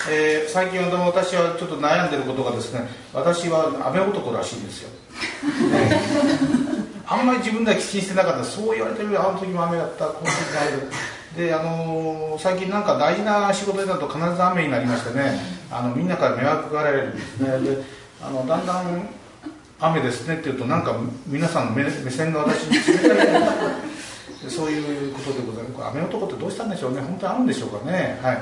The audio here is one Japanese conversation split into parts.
最近私はちょっと悩んでることがですね、私は雨男らしいんですよ、あんまり自分では気にしてなかった。そう言われてみればあの時も雨だった、この時も雨だで、最近なんか大事な仕事になると必ず雨になりましてね、みんなから迷惑がられるんですね。でだんだん雨ですねって言うと、なんか皆さんの目線が私に冷たいそういうことでございます。雨男ってどうしたんでしょうね。本当にあるんでしょうかね。はい。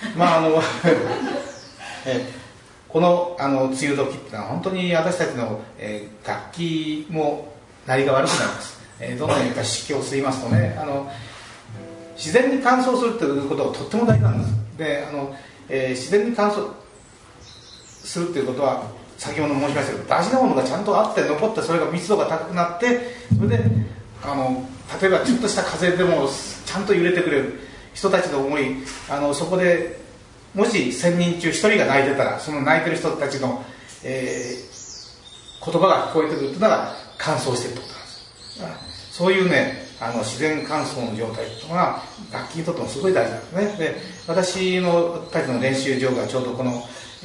この梅雨時ってのは本当に私たちの、楽器も鳴りが悪くなります。どのようにか湿気を吸いますとね、自然に乾燥するということがとっても大事なんです。で自然に乾燥するということは、先ほど申しましたけど、大事なものがちゃんとあって残って、それが密度が高くなって、それで例えばちょっとした風でもちゃんと揺れてくれる人たちの思い、そこでもし1000人中1人が泣いてたら、その泣いてる人たちの、言葉が聞こえてくるというのが乾燥しているということなんです。そういうね、自然乾燥の状態というのは楽器にとってもすごい大事なんですね。で、私たちの練習場がちょうどこの、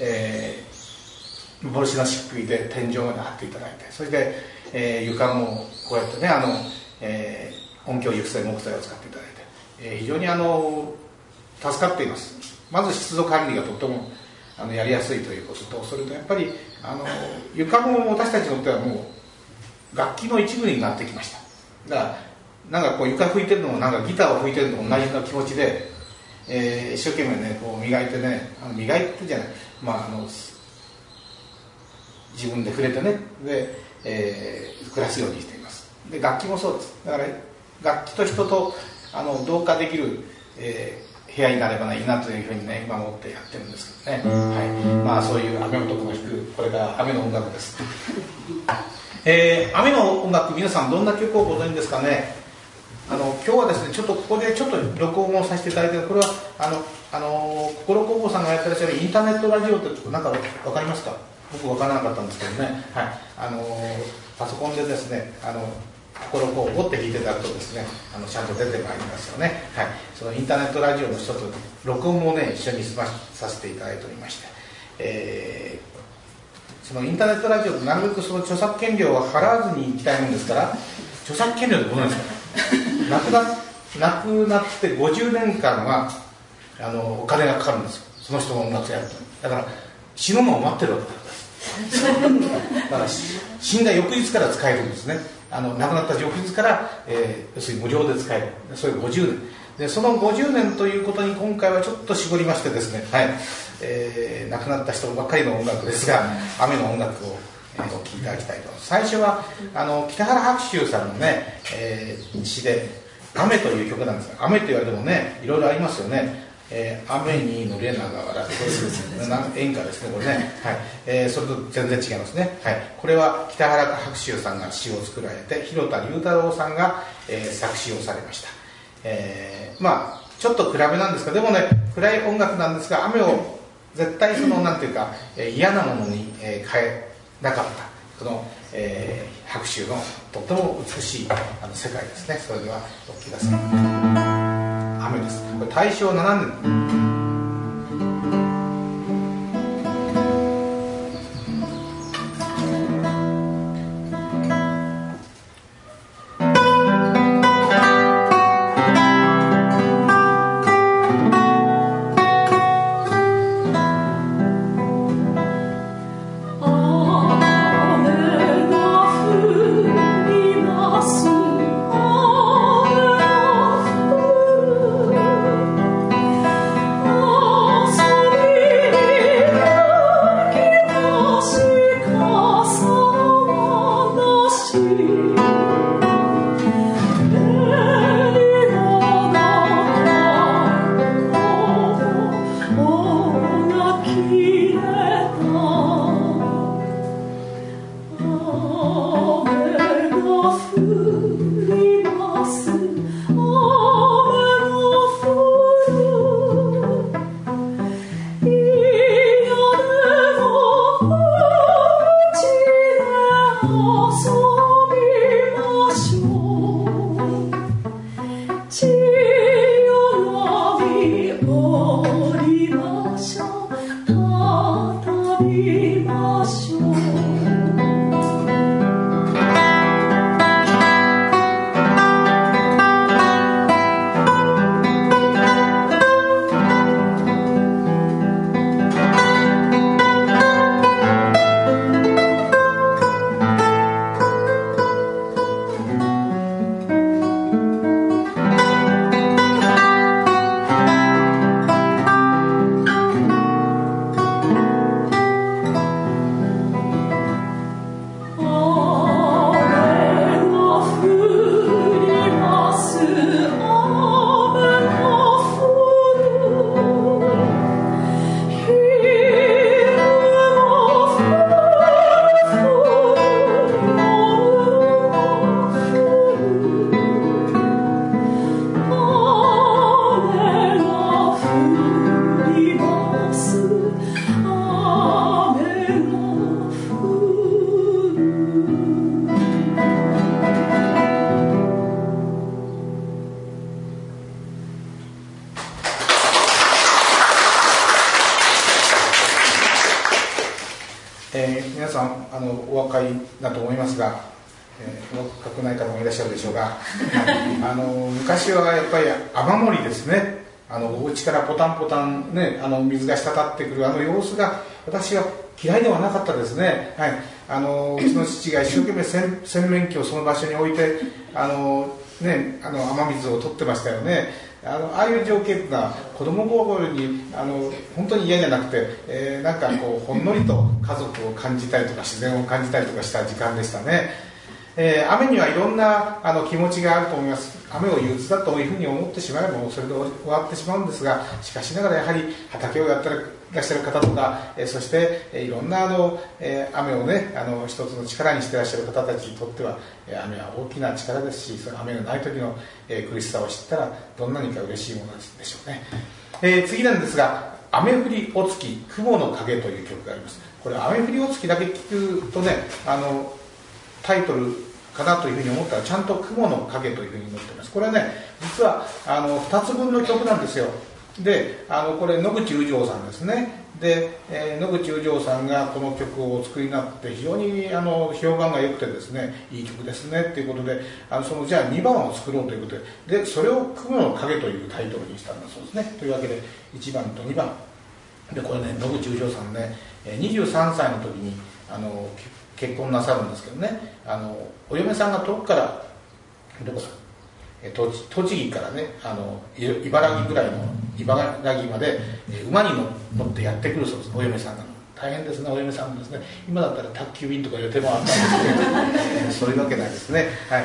幻の漆喰で天井まで張っていただいて、それで、床もこうやってね、音響育成木材を使っていただいて、非常に助かっています。まず湿度管理がとってもやりやすいということと、それとやっぱり床も私たちにとってはもう楽器の一部になってきました。だからなんかこう床拭いてるのもなんかギターを拭いてるのと同じような気持ちで、一生懸命ねこう磨いてね、磨いてじゃない、自分で触れてね、で、暮らすようにしています。で、楽器もそうです。だから楽器と人と同化できる、部屋になればいいなというふうにね今思ってやってるんですけどね、はい。そういう雨男の弾くこれから雨の音楽です。雨の音楽、皆さんどんな曲をご存知ですかね。今日はですねちょっとここでちょっと録音をさせていただいて、これは心工房さんがやってらっしゃるインターネットラジオってなんか分かりますか。僕分からなかったんですけどね、はい、パソコンでですね心工房って聞いていただくとですねちゃんと出てまいりますよね、はい。そのインターネットラジオの一つ録音もね一緒に済まさせていただいておりまして、そのインターネットラジオなるべくその著作権料は払わずに行きたいもんですから、著作権料でご存知ですかね。亡くなって50年間はお金がかかるんですよ、その人の音楽やると。だから死ぬのを待ってるわけですだから死んだ翌日から使えるんですね。亡くなった翌日から、要するに無料で使える、そういう50年で、その50年ということに今回はちょっと絞りましてですね、はい。亡くなった人ばっかりの音楽ですが、雨の音楽をお聴きいただきたいと思います。最初は北原白秋さんのね、詩で「雨」という曲なんですが、雨と言われてもねいろいろありますよね。雨に濡れながらという演歌ですねこれね、はい。それと全然違いますね、はい。これは北原白秋さんが詩を作られて、広田龍太郎さんが、作詞をされました。ちょっと暗めなんですが、でもね暗い音楽なんですが、雨を絶対なんていうか、嫌なものに、変えなかったこの、白秋のとっても美しい世界ですね。それではお聴きください。雨です。これ大正7年。 お分かりだと思いますが、若くない方もいらっしゃるでしょうが昔はやっぱり雨漏りですね。お家からポタンポタン、ね、水が滴ってくる様子が私は嫌いではなかったですね。はい、うちの父が一生懸命洗面器をその場所に置いて雨水を取ってましたよね。ああいう情景が子供心に本当に嫌じゃなくて、なんかこうほんのりと家族を感じたりとか自然を感じたりとかした時間でしたね。雨にはいろんな気持ちがあると思います。雨を憂鬱だというふうに思ってしまえばもうそれで終わってしまうんですが、しかしながらやはり畑をやってらっしゃる方とか、そしていろんな雨をね一つの力にしてらっしゃる方たちにとっては雨は大きな力ですし、その雨がない時の苦しさを知ったらどんなにか嬉しいものでしょうね。次なんですが、雨降りお月雲の影という曲があります。これ雨降りお月だけ聞くとねタイトルかなというふうに思ったらちゃんと雲の影というふうに思っています。これはね実は2つ分の曲なんですよ。でこれ野口雨情さんですね。で、野口雨情さんがこの曲をお作りになって非常に評判が良くてですね、いい曲ですねっていうことでじゃあ2番を作ろうということでそれを雲の影というタイトルにしたんだそうですね。というわけで1番と2番で、これね野口雨情さんね23歳の時に結婚なさるんですけどね、お嫁さんが遠くからどこだ栃木からね茨城ぐらいの茨城まで馬に乗ってやってくるそうです。お嫁さんが大変ですね。お嫁さんもですね、今だったら宅急便とかいう手もあったんですけど、そういうわけないですね。はい、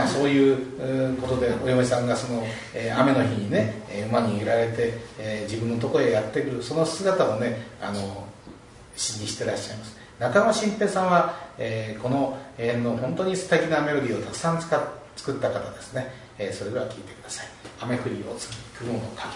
そういうことでお嫁さんが雨の日にね馬に揺られて自分のところへやってくるその姿をね詩にしてらっしゃいます。中山新平さんは、この永遠の本当に素敵なメロディーをたくさん作った方ですね。それでは聴いてください。雨降りお月雲の影。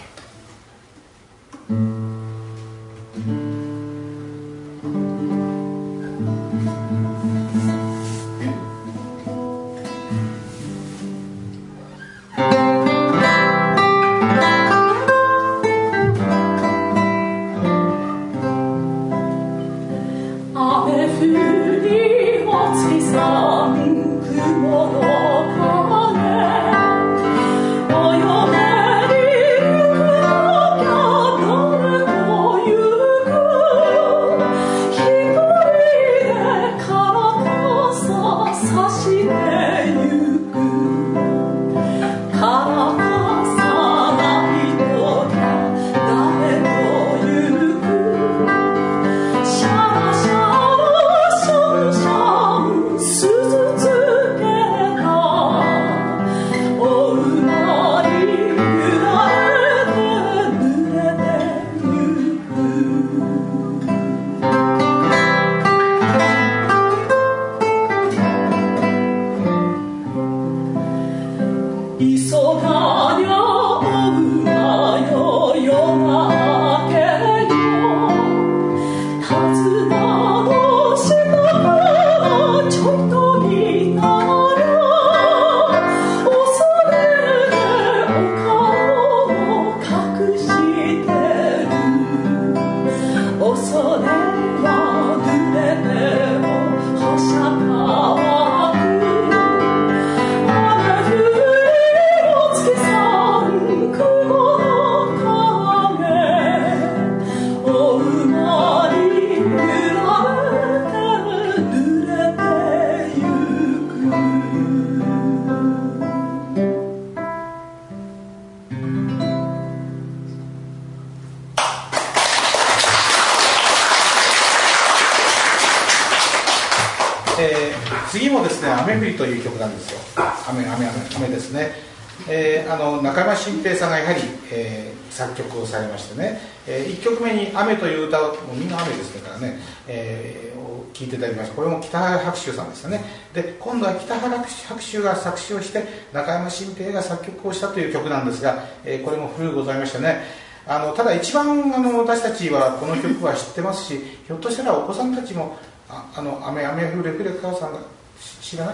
次もですね、雨降りという曲なんですよ。雨ですね。中山新平さんがやはり、作曲をされましてね、1曲目に雨という歌を、もうみんな雨ですからね、を聴いていただきました。これも北原白秋さんでしたね。で、今度は北原白秋が作詞をして中山新平が作曲をしたという曲なんですが、これも古いございましてね、ただ一番私たちはこの曲は知ってますし、ひょっとしたらお子さんたちも雨降れ降れ母さんが知らない？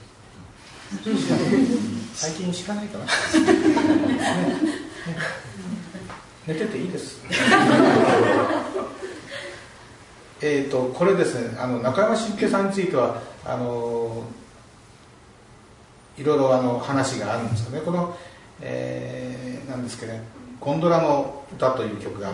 最近知らないかな、寝てていいですこれですね、中山新平さんについては、いろいろ話があるんですよね。この、なんですけどね、ゴンドラの歌という曲があって、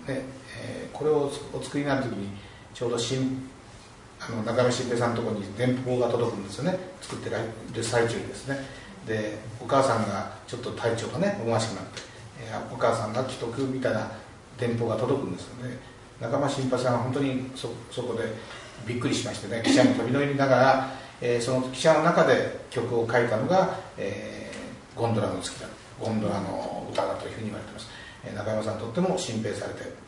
ね、これをお作りになるときに、ちょうど中山新平さんのところに電報が届くんですよね。作ってる最中にですね。で、お母さんがちょっと体調がね、おかしくなって、お母さんが既得みたいな電報が届くんですよね。中山新平さんは本当にそこでびっくりしましてね、汽車に飛び乗りながら、その汽車の中で曲を書いたのが、ゴンドラの月だ、ゴンドラの歌だというふうに言われています。中山さんにとっても心平されて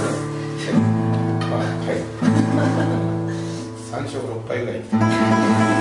3勝6敗ぐらい